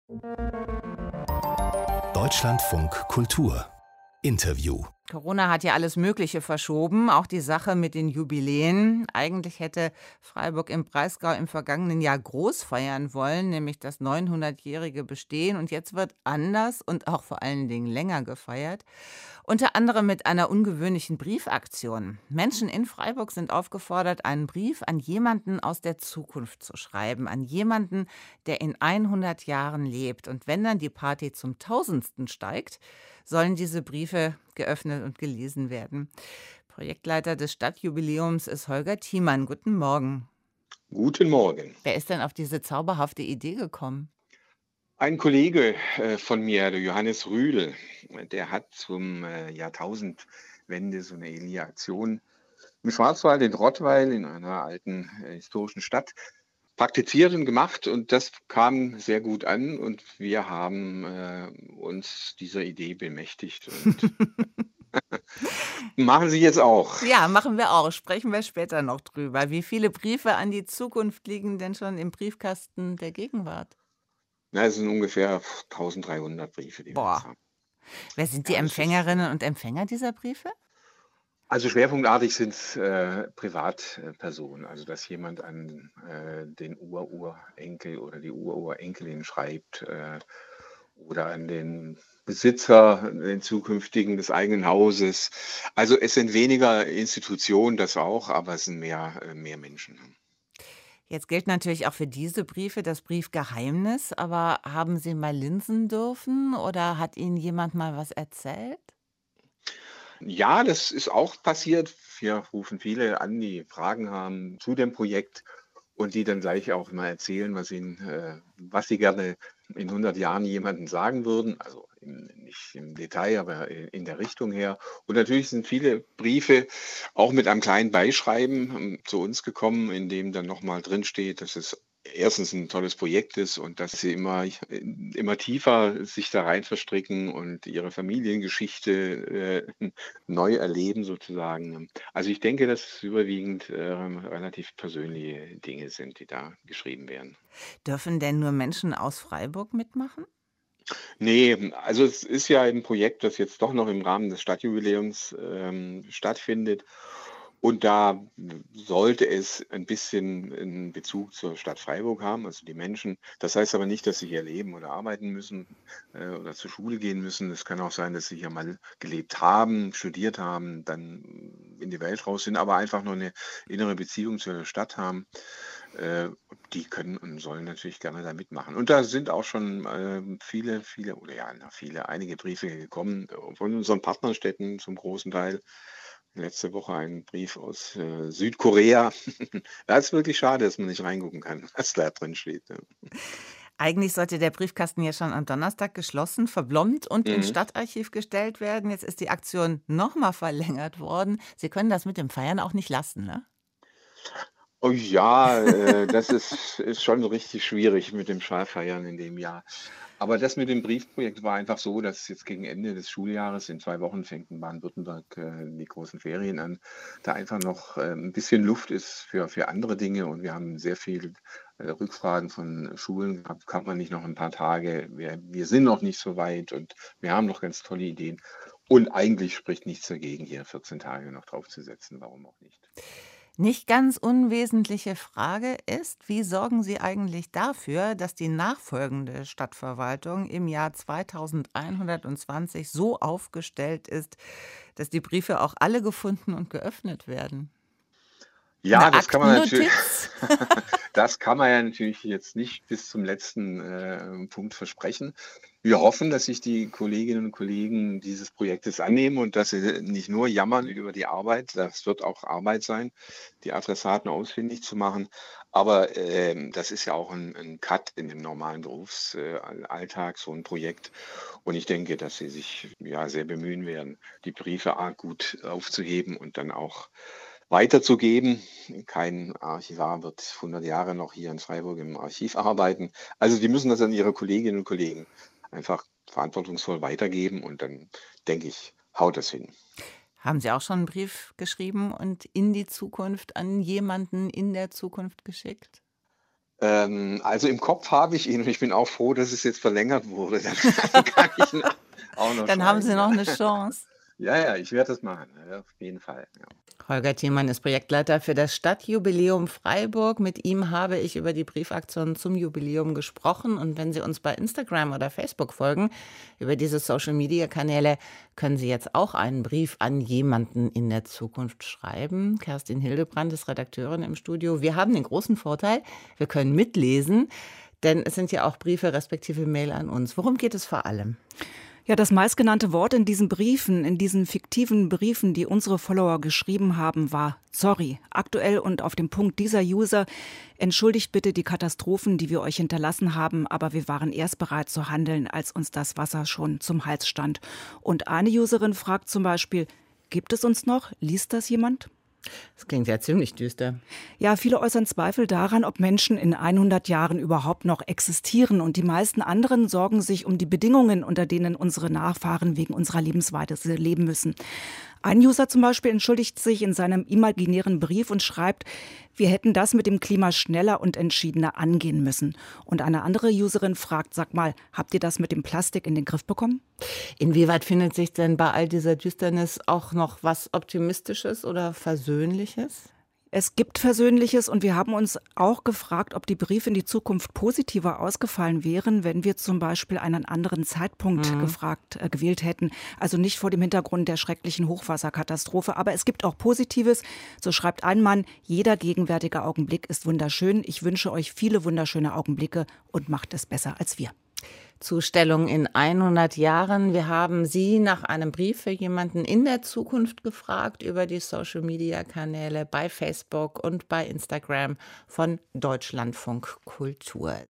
Deutschlandfunk Kultur Interview. Corona hat ja alles Mögliche verschoben, auch die Sache mit den Jubiläen. Eigentlich hätte Freiburg im Breisgau im vergangenen Jahr groß feiern wollen, nämlich das 900-jährige Bestehen. Und jetzt wird anders und auch vor allen Dingen länger gefeiert. Unter anderem mit einer ungewöhnlichen Briefaktion. Menschen in Freiburg sind aufgefordert, einen Brief an jemanden aus der Zukunft zu schreiben, an jemanden, der in 100 Jahren lebt. Und wenn dann die Party zum Tausendsten steigt, sollen diese Briefe geöffnet und gelesen werden. Projektleiter des Stadtjubiläums ist Holger Thiemann. Guten Morgen. Guten Morgen. Wer ist denn auf diese zauberhafte Idee gekommen? Ein Kollege von mir, der Johannes Rühl, der hat zum Jahrtausendwende so eine ähnliche Aktion im Schwarzwald, in Rottweil, in einer alten historischen Stadt, praktiziert und gemacht. Und das kam sehr gut an. Und wir haben uns dieser Idee bemächtigt und machen sie jetzt auch. Ja, machen wir auch. Sprechen wir später noch drüber. Wie viele Briefe an die Zukunft liegen denn schon im Briefkasten der Gegenwart? Na, es sind ungefähr 1300 Briefe, die wir jetzt Boah. haben. Wer sind die Ja, das ist, Empfängerinnen und Empfänger dieser Briefe? also schwerpunktartig sind es Privatpersonen, also dass jemand an den Ururenkel oder die Ururenkelin schreibt oder an den Besitzer, den zukünftigen des eigenen Hauses. Also es sind weniger Institutionen, das auch, aber es sind mehr Menschen. Jetzt gilt natürlich auch für diese Briefe das Briefgeheimnis, aber haben Sie mal linsen dürfen oder hat Ihnen jemand mal was erzählt? Ja, das ist auch passiert. Wir rufen viele an, die Fragen haben zu dem Projekt und die dann gleich auch mal erzählen, was sie gerne in 100 Jahren jemandem sagen würden. Also nicht im Detail, aber in der Richtung her. Und natürlich sind viele Briefe auch mit einem kleinen Beischreiben zu uns gekommen, in dem dann nochmal drin steht, dass es erstens ein tolles Projekt ist und dass sie immer tiefer sich da rein verstricken und ihre Familiengeschichte neu erleben sozusagen. Also ich denke, dass es überwiegend relativ persönliche Dinge sind, die da geschrieben werden. Dürfen denn nur Menschen aus Freiburg mitmachen? Ne, also es ist ja ein Projekt, das jetzt doch noch im Rahmen des Stadtjubiläums stattfindet. Und da sollte es ein bisschen 'n Bezug zur Stadt Freiburg haben, also die Menschen. Das heißt aber nicht, dass sie hier leben oder arbeiten müssen oder zur Schule gehen müssen. Es kann auch sein, dass sie hier mal gelebt haben, studiert haben, dann in die Welt raus sind, aber einfach nur eine innere Beziehung zur Stadt haben. Die können und sollen natürlich gerne da mitmachen. Und da sind auch schon viele oder ja, einige Briefe gekommen von unseren Partnerstädten zum großen Teil. Letzte Woche ein Brief aus Südkorea. Das ist wirklich schade, dass man nicht reingucken kann, was da drin steht. Ja. Eigentlich sollte der Briefkasten ja schon am Donnerstag geschlossen, verblombt und ins Mhm. Stadtarchiv gestellt werden. Jetzt ist die Aktion nochmal verlängert worden. Sie können das mit dem Feiern auch nicht lassen, ne? Oh ja, das ist schon richtig schwierig mit dem Schulfeiern in dem Jahr. Aber das mit dem Briefprojekt war einfach so, dass jetzt gegen Ende des Schuljahres, in 2 Wochen fängt in Baden-Württemberg die großen Ferien an, da einfach noch 'n bisschen Luft ist für andere Dinge und wir haben sehr viel Rückfragen von Schulen gehabt: „Kann man nicht noch ein paar Tage? Wir sind noch nicht so weit und wir haben noch ganz tolle Ideen.“ Und eigentlich spricht nichts dagegen, hier 14 Tage noch draufzusetzen, warum auch nicht? Nicht ganz unwesentliche Frage ist, wie sorgen Sie eigentlich dafür, dass die nachfolgende Stadtverwaltung im Jahr 2120 so aufgestellt ist, dass die Briefe auch alle gefunden und geöffnet werden? Ja, Eine das kann man natürlich Aktennotiz? das kann man ja natürlich jetzt nicht bis zum letzten Punkt versprechen. Wir hoffen, dass sich die Kolleginnen und Kollegen dieses Projektes annehmen und dass sie nicht nur jammern über die Arbeit. Das wird auch Arbeit sein, die Adressaten ausfindig zu machen. Aber das ist ja auch ein Cut in dem normalen Berufsalltag, so ein Projekt. Und ich denke, dass sie sich ja sehr bemühen werden, die Briefe gut aufzuheben und dann auch weiterzugeben. Kein Archivar wird 100 Jahre noch hier in Freiburg im Archiv arbeiten. Also die müssen das an ihre Kolleginnen und Kollegen einfach verantwortungsvoll weitergeben und dann denke ich, haut das hin. Haben Sie auch schon einen Brief geschrieben und in die Zukunft an jemanden in der Zukunft geschickt? Also im Kopf habe ich ihn und ich bin auch froh, dass es jetzt verlängert wurde. Dann kann ich ihn auch noch Dann haben Sie schreiben, noch ja. eine Chance. Ja, ja, ich werde das machen, ja, auf jeden Fall. Ja. Holger Thiemann ist Projektleiter für das Stadtjubiläum Freiburg. Mit ihm habe ich über die Briefaktion zum Jubiläum gesprochen. Und wenn Sie uns bei Instagram oder Facebook folgen, über diese Social-Media-Kanäle, können Sie jetzt auch einen Brief an jemanden in der Zukunft schreiben. Kerstin Hildebrand ist Redakteurin im Studio. Wir haben den großen Vorteil, wir können mitlesen, denn es sind ja auch Briefe respektive Mail an uns. Worum geht es vor allem? Ja, das meistgenannte Wort in diesen Briefen, in diesen fiktiven Briefen, die unsere Follower geschrieben haben, war sorry. Aktuell und auf dem Punkt dieser User: Entschuldigt bitte die Katastrophen, die wir euch hinterlassen haben, aber wir waren erst bereit zu handeln, als uns das Wasser schon zum Hals stand. Und eine Userin fragt zum Beispiel: Gibt es uns noch? Liest das jemand? Das klingt ja ziemlich düster. Ja, viele äußern Zweifel daran, ob Menschen in 100 Jahren überhaupt noch existieren. Und die meisten anderen sorgen sich um die Bedingungen, unter denen unsere Nachfahren wegen unserer Lebensweise leben müssen. Ein User zum Beispiel entschuldigt sich in seinem imaginären Brief und schreibt: Wir hätten das mit dem Klima schneller und entschiedener angehen müssen. Und eine andere Userin fragt: Sag mal, habt ihr das mit dem Plastik in den Griff bekommen? Inwieweit findet sich denn bei all dieser Düsternis auch noch was Optimistisches oder Versöhnliches? Es gibt Versöhnliches und wir haben uns auch gefragt, ob die Briefe in die Zukunft positiver ausgefallen wären, wenn wir zum Beispiel einen anderen Zeitpunkt gewählt hätten. Also nicht vor dem Hintergrund der schrecklichen Hochwasserkatastrophe. Aber es gibt auch Positives. So schreibt ein Mann: Jeder gegenwärtige Augenblick ist wunderschön. Ich wünsche euch viele wunderschöne Augenblicke und macht es besser als wir. Zustellung in 100 Jahren. Wir haben Sie nach einem Brief für jemanden in der Zukunft gefragt über die Social-Media-Kanäle bei Facebook und bei Instagram von Deutschlandfunk Kultur.